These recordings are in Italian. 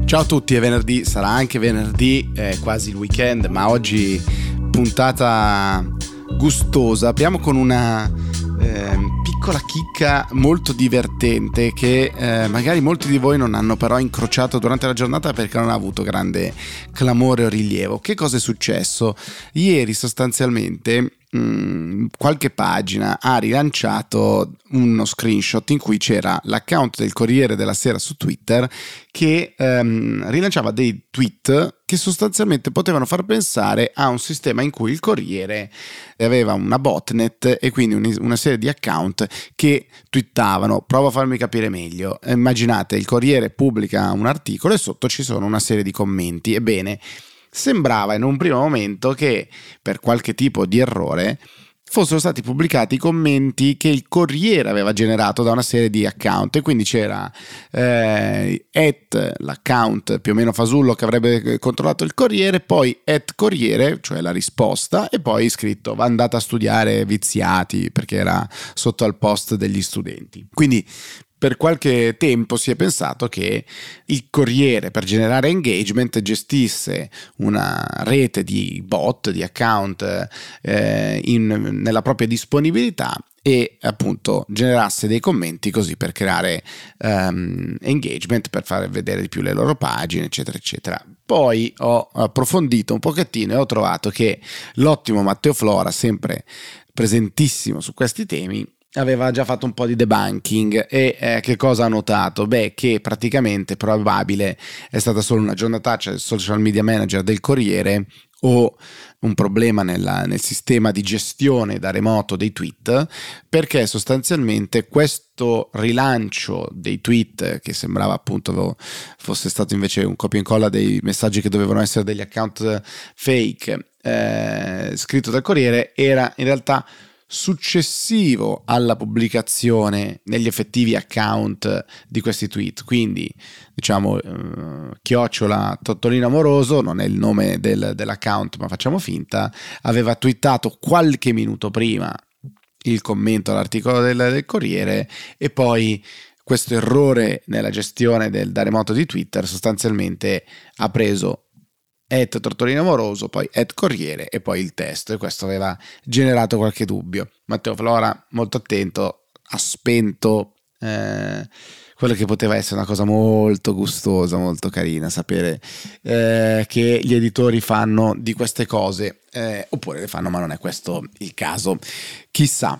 Ciao a tutti, è venerdì, sarà anche venerdì, è quasi il weekend, ma oggi puntata gustosa. Apriamo con una piccola chicca molto divertente che magari molti di voi non hanno però incrociato durante la giornata perché non ha avuto grande clamore o rilievo. Che cosa è successo? Ieri sostanzialmente qualche pagina ha rilanciato uno screenshot in cui c'era l'account del Corriere della Sera su Twitter che rilanciava dei tweet che sostanzialmente potevano far pensare a un sistema in cui il Corriere aveva una botnet e quindi una serie di account che twittavano. Provo a farmi capire meglio. Immaginate, il Corriere pubblica un articolo e sotto ci sono una serie di commenti. Ebbene, sembrava in un primo momento che per qualche tipo di errore fossero stati pubblicati i commenti che il Corriere aveva generato da una serie di account, e quindi c'era l'account più o meno fasullo che avrebbe controllato il Corriere, poi @Corriere, cioè la risposta, e poi scritto "va andata a studiare viziati", perché era sotto al post degli studenti. Quindi per qualche tempo si è pensato che il Corriere, per generare engagement, gestisse una rete di bot, di account nella propria disponibilità e appunto generasse dei commenti così per creare engagement, per far vedere di più le loro pagine, eccetera eccetera. Poi ho approfondito un pochettino e ho trovato che l'ottimo Matteo Flora, sempre presentissimo su questi temi, aveva già fatto un po' di debunking e che cosa ha notato? Beh, che praticamente probabile è stata solo una giornataccia del social media manager del Corriere o un problema nel sistema di gestione da remoto dei tweet, perché sostanzialmente questo rilancio dei tweet, che sembrava appunto fosse stato invece un copia e incolla dei messaggi che dovevano essere degli account fake, scritto dal Corriere, era in realtà successivo alla pubblicazione negli effettivi account di questi tweet. Quindi diciamo chiocciola Tottolino Amoroso non è il nome dell'account, ma facciamo finta, aveva twittato qualche minuto prima il commento all'articolo del Corriere, e poi questo errore nella gestione da remoto di Twitter sostanzialmente ha preso @Tortolino Amoroso, poi @Corriere e poi il testo, e questo aveva generato qualche dubbio. Matteo Flora, molto attento, ha spento quello che poteva essere una cosa molto gustosa, molto carina, sapere che gli editori fanno di queste cose, oppure le fanno ma non è questo il caso, chissà.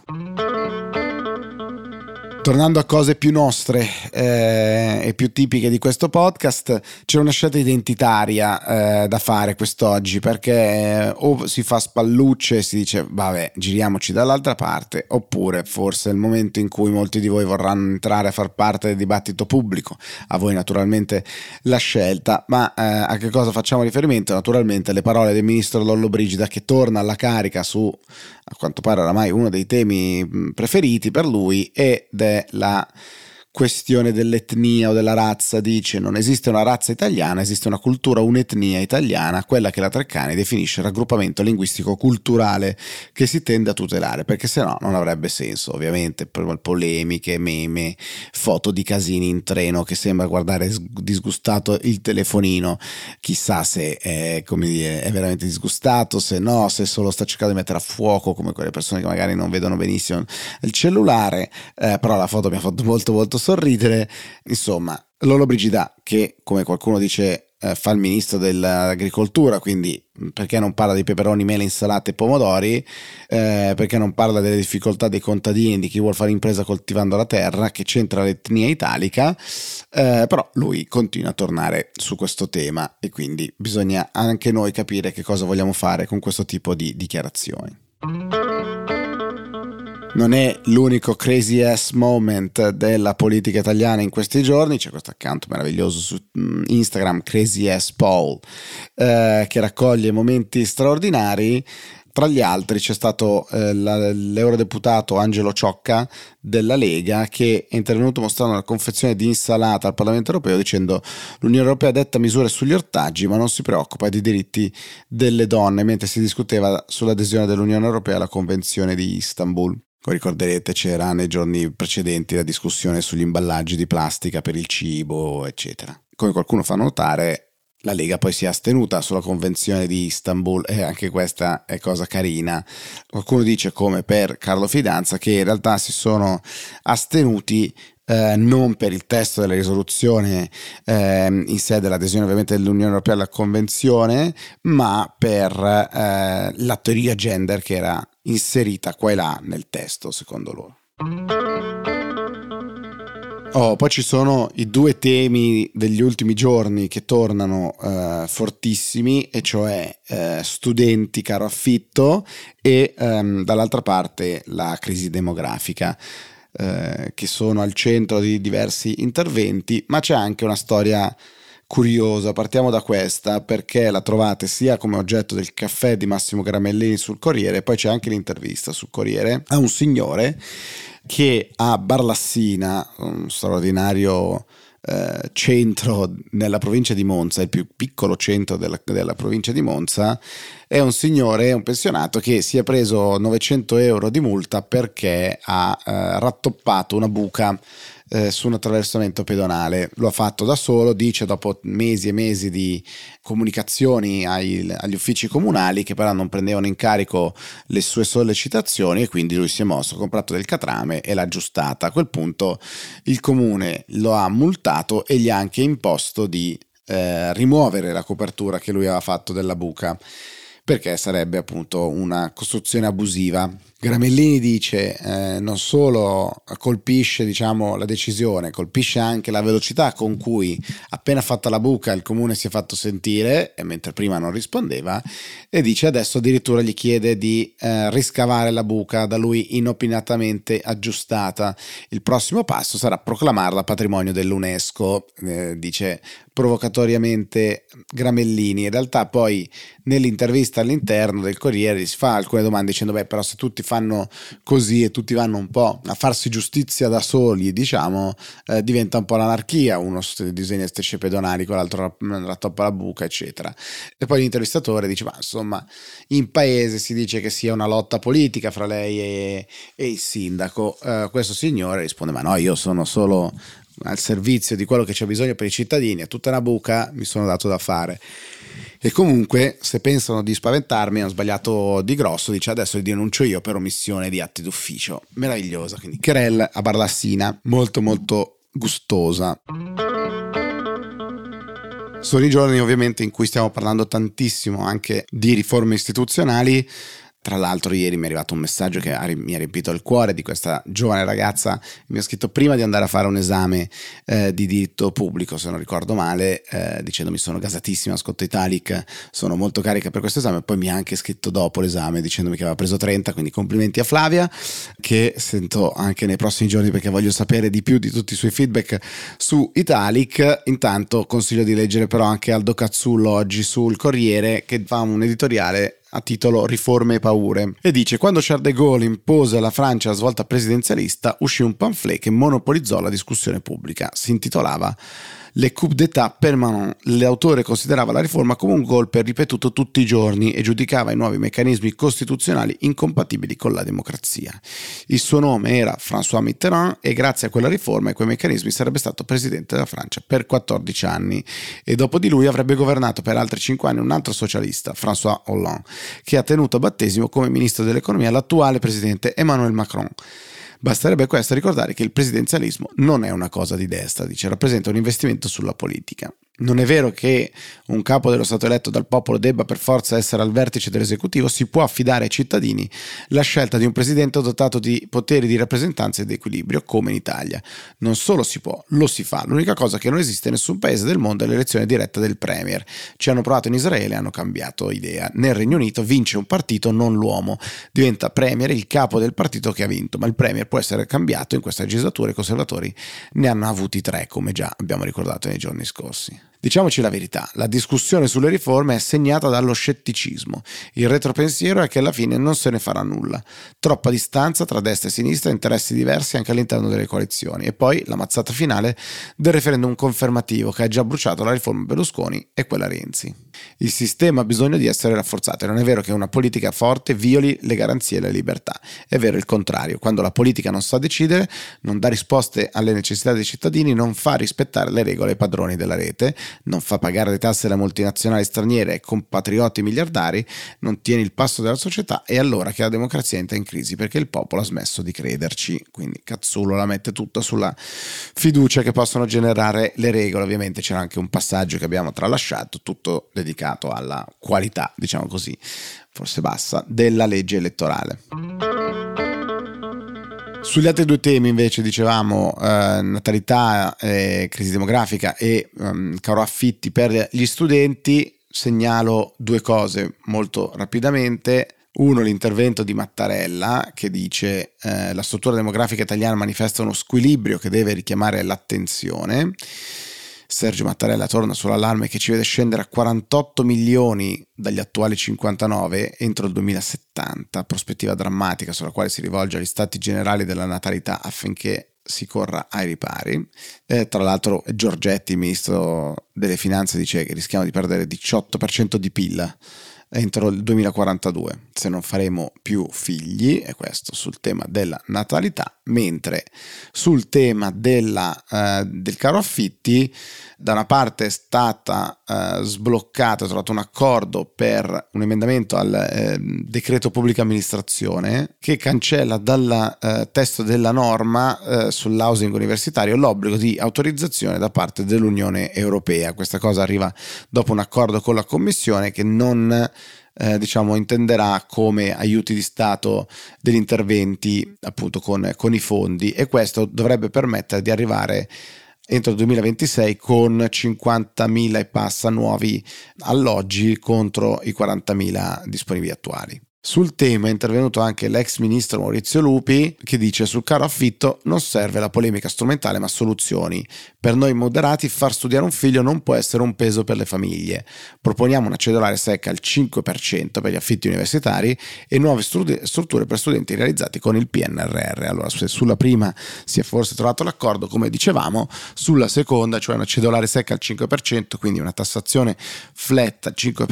Tornando a cose più nostre e più tipiche di questo podcast, c'è una scelta identitaria da fare quest'oggi, perché o si fa spallucce e si dice vabbè, giriamoci dall'altra parte, oppure forse è il momento in cui molti di voi vorranno entrare a far parte del dibattito pubblico. A voi naturalmente la scelta, ma a che cosa facciamo riferimento? Naturalmente alle parole del ministro Lollobrigida, che torna alla carica su, a quanto pare oramai, uno dei temi preferiti per lui, ed è la questione dell'etnia o della razza. Dice: non esiste una razza italiana, esiste una cultura, un'etnia italiana, quella che la Treccani definisce raggruppamento linguistico culturale che si tende a tutelare, perché se no non avrebbe senso. Ovviamente polemiche, meme, foto di Casini in treno che sembra guardare disgustato il telefonino, chissà se è, come dire, è veramente disgustato, se no, se solo sta cercando di mettere a fuoco, come quelle persone che magari non vedono benissimo il cellulare, però la foto mi ha fatto molto molto sorridere. Insomma, Lollobrigida, che come qualcuno dice fa il ministro dell'agricoltura, quindi perché non parla di peperoni, mele, insalate e pomodori, perché non parla delle difficoltà dei contadini, di chi vuol fare impresa coltivando la terra, che c'entra l'etnia italica, però lui continua a tornare su questo tema, e quindi bisogna anche noi capire che cosa vogliamo fare con questo tipo di dichiarazioni. Non è l'unico crazy ass moment della politica italiana in questi giorni. C'è questo account meraviglioso su Instagram, Crazy Ass Paul, che raccoglie momenti straordinari. Tra gli altri c'è stato l'eurodeputato Angelo Ciocca della Lega, che è intervenuto mostrando la confezione di insalata al Parlamento europeo, dicendo: l'Unione Europea detta misure sugli ortaggi ma non si preoccupa dei diritti delle donne, mentre si discuteva sull'adesione dell'Unione Europea alla Convenzione di Istanbul. Ricorderete, c'era nei giorni precedenti la discussione sugli imballaggi di plastica per il cibo, eccetera. Come qualcuno fa notare, la Lega poi si è astenuta sulla Convenzione di Istanbul, e anche questa è cosa carina. Qualcuno dice, come per Carlo Fidanza, che in realtà si sono astenuti non per il testo della risoluzione in sé dell'adesione ovviamente dell'Unione Europea alla Convenzione, ma per la teoria gender che era inserita qua e là nel testo, secondo loro. Poi ci sono i due temi degli ultimi giorni che tornano fortissimi, e cioè studenti caro affitto e dall'altra parte la crisi demografica, che sono al centro di diversi interventi, ma c'è anche una storia curiosa. Partiamo da questa, perché la trovate sia come oggetto del caffè di Massimo Gramellini sul Corriere, poi c'è anche l'intervista sul Corriere a un signore che a Barlassina, un straordinario centro nella provincia di Monza, il più piccolo centro della provincia di Monza, è un signore, un pensionato, che si è preso 900 euro di multa perché ha rattoppato una buca su un attraversamento pedonale. Lo ha fatto da solo, dice, dopo mesi e mesi di comunicazioni agli uffici comunali, che però non prendevano in carico le sue sollecitazioni, e quindi lui si è mosso, ha comprato del catrame e l'ha aggiustata. A quel punto il comune lo ha multato e gli ha anche imposto di rimuovere la copertura che lui aveva fatto della buca, perché sarebbe appunto una costruzione abusiva. Gramellini dice non solo colpisce, diciamo, la decisione, colpisce anche la velocità con cui appena fatta la buca il comune si è fatto sentire, e mentre prima non rispondeva, e dice adesso addirittura gli chiede di riscavare la buca da lui inopinatamente aggiustata. Il prossimo passo sarà proclamarla patrimonio dell'UNESCO, dice provocatoriamente Gramellini. In realtà poi nell'intervista all'interno del Corriere si fa alcune domande dicendo però se tutti fanno così e tutti vanno un po' a farsi giustizia da soli, diciamo, diventa un po' l'anarchia, uno disegna strisce pedonali, quell'altro rattoppa la buca, eccetera. E poi l'intervistatore dice ma insomma in paese si dice che sia una lotta politica fra lei e il sindaco. Questo signore risponde ma no, io sono solo al servizio di quello che c'è bisogno per i cittadini, è tutta una buca, mi sono dato da fare. E comunque se pensano di spaventarmi hanno sbagliato di grosso, dice adesso li denuncio io per omissione di atti d'ufficio. Meravigliosa, quindi querel a Barlassina, molto molto gustosa. Sono i giorni ovviamente in cui stiamo parlando tantissimo anche di riforme istituzionali. Tra l'altro ieri mi è arrivato un messaggio che mi ha riempito il cuore, di questa giovane ragazza, mi ha scritto prima di andare a fare un esame di diritto pubblico, se non ricordo male, dicendomi sono gasatissima, Scotto Italic, sono molto carica per questo esame. Poi mi ha anche scritto dopo l'esame dicendomi che aveva preso 30, quindi complimenti a Flavia, che sento anche nei prossimi giorni perché voglio sapere di più di tutti i suoi feedback su Italic. Intanto consiglio di leggere però anche Aldo Cazzullo oggi sul Corriere, che fa un editoriale a titolo Riforme e paure, e dice: quando Charles de Gaulle impose alla Francia la svolta presidenzialista, uscì un pamphlet che monopolizzò la discussione pubblica. Si intitolava Le coup d'état permanent. L'autore considerava la riforma come un golpe ripetuto tutti i giorni e giudicava i nuovi meccanismi costituzionali incompatibili con la democrazia. Il suo nome era François Mitterrand e grazie a quella riforma e quei meccanismi sarebbe stato presidente della Francia per 14 anni, e dopo di lui avrebbe governato per altri 5 anni un altro socialista, François Hollande, che ha tenuto a battesimo come ministro dell'economia l'attuale presidente Emmanuel Macron. Basterebbe questo a ricordare che il presidenzialismo non è una cosa di destra, dice, rappresenta un investimento sulla politica. Non è vero che un capo dello Stato eletto dal popolo debba per forza essere al vertice dell'esecutivo, si può affidare ai cittadini la scelta di un presidente dotato di poteri di rappresentanza ed equilibrio, come in Italia. Non solo si può, lo si fa. L'unica cosa che non esiste in nessun paese del mondo è l'elezione diretta del premier. Ci hanno provato in Israele e hanno cambiato idea. Nel Regno Unito vince un partito, non l'uomo. Diventa premier il capo del partito che ha vinto, ma il premier può essere cambiato. In questa legislatura i conservatori ne hanno avuti 3, come già abbiamo ricordato nei giorni scorsi. Diciamoci la verità, la discussione sulle riforme è segnata dallo scetticismo. Il retropensiero è che alla fine non se ne farà nulla. Troppa distanza tra destra e sinistra, interessi diversi anche all'interno delle coalizioni. E poi la mazzata finale del referendum confermativo che ha già bruciato la riforma Berlusconi e quella Renzi. Il sistema ha bisogno di essere rafforzato e non è vero che una politica forte violi le garanzie e le libertà. È vero il contrario, quando la politica non sa decidere, non dà risposte alle necessità dei cittadini, non fa rispettare le regole ai padroni della rete, non fa pagare le tasse alle multinazionali straniere e compatrioti miliardari, non tiene il passo della società, è allora che la democrazia entra in crisi perché il popolo ha smesso di crederci. Quindi Cazzulo la mette tutta sulla fiducia che possono generare le regole. Ovviamente c'era anche un passaggio che abbiamo tralasciato, tutto dedicato alla qualità, diciamo così, forse bassa, della legge elettorale. Sugli altri due temi invece dicevamo natalità, crisi demografica e caro affitti per gli studenti. Segnalo due cose molto rapidamente. Uno, l'intervento di Mattarella che dice la struttura demografica italiana manifesta uno squilibrio che deve richiamare l'attenzione. Sergio Mattarella torna sull'allarme che ci vede scendere a 48 milioni dagli attuali 59 entro il 2070, prospettiva drammatica sulla quale si rivolge agli stati generali della natalità affinché si corra ai ripari. Tra l'altro Giorgetti, il ministro delle finanze, dice che rischiamo di perdere il 18% di PIL entro il 2042 se non faremo più figli, e questo sul tema della natalità. Mentre sul tema del caro affitti, da una parte è stata sbloccata, è trovato un accordo per un emendamento al decreto pubblica amministrazione che cancella dal testo della norma sull'housing universitario l'obbligo di autorizzazione da parte dell'Unione Europea. Questa cosa arriva dopo un accordo con la Commissione che non intenderà come aiuti di Stato degli interventi appunto con i fondi, e questo dovrebbe permettere di arrivare entro il 2026 con 50.000 e passa nuovi alloggi contro i 40.000 disponibili attuali. Sul tema è intervenuto anche l'ex ministro Maurizio Lupi che dice: sul caro affitto non serve la polemica strumentale ma soluzioni. Per noi moderati far studiare un figlio non può essere un peso per le famiglie. Proponiamo una cedolare secca al 5% per gli affitti universitari e nuove strutture per studenti realizzati con il PNRR. Allora, se sulla prima si è forse trovato l'accordo, come dicevamo, sulla seconda, cioè una cedolare secca al 5%, quindi una tassazione flat al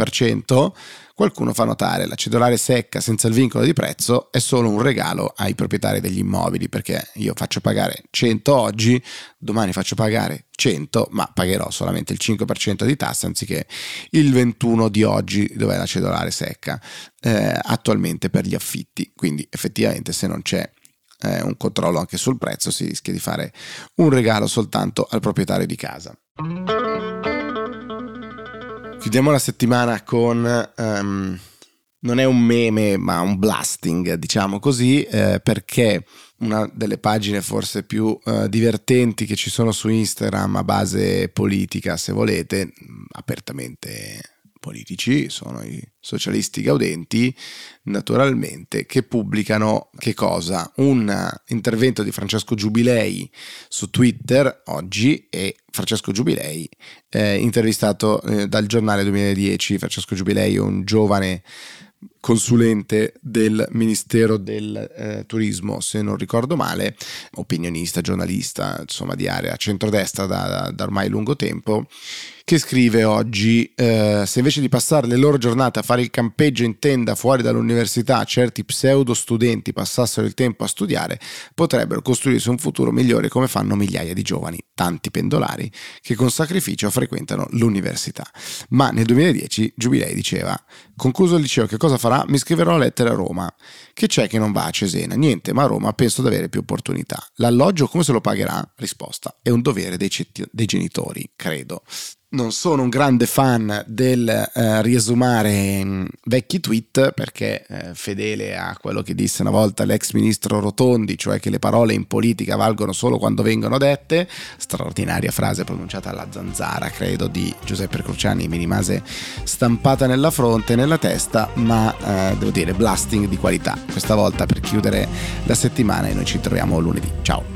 5%, qualcuno fa notare la cedolare secca senza il vincolo di prezzo è solo un regalo ai proprietari degli immobili, perché io faccio pagare 100 oggi, domani faccio pagare 100, ma pagherò solamente il 5% di tassa anziché il 21 di oggi, dove è la cedolare secca attualmente per gli affitti. Quindi effettivamente, se non c'è un controllo anche sul prezzo, si rischia di fare un regalo soltanto al proprietario di casa. Chiudiamo la settimana con non è un meme ma un blasting, diciamo così, perché una delle pagine forse più divertenti che ci sono su Instagram a base politica, se volete, apertamente politici, sono i socialisti gaudenti, naturalmente, che pubblicano che cosa? Un intervento di Francesco Giubilei su Twitter oggi, e Francesco Giubilei intervistato dal Giornale 2010. Francesco Giubilei è un giovane consulente del Ministero del Turismo, se non ricordo male, opinionista, giornalista, insomma di area centrodestra da ormai lungo tempo, che scrive oggi: se invece di passare le loro giornate a fare il campeggio in tenda fuori dall'università certi pseudo studenti passassero il tempo a studiare, potrebbero costruirsi un futuro migliore come fanno migliaia di giovani, tanti pendolari, che con sacrificio frequentano l'università. Ma nel 2010 Giubilei diceva: concluso il liceo, che cosa farà? Mi scriverò lettere a Roma. Che c'è che non va a Cesena? Niente, ma a Roma penso di avere più opportunità. L'alloggio come se lo pagherà? Risposta: è un dovere dei genitori, credo. Non sono un grande fan del riesumare vecchi tweet, perché fedele a quello che disse una volta l'ex ministro Rotondi, cioè che le parole in politica valgono solo quando vengono dette, straordinaria frase pronunciata alla zanzara, credo, di Giuseppe Cruciani, mi rimase stampata nella fronte e nella testa, ma devo dire blasting di qualità questa volta per chiudere la settimana, e noi ci troviamo lunedì. Ciao!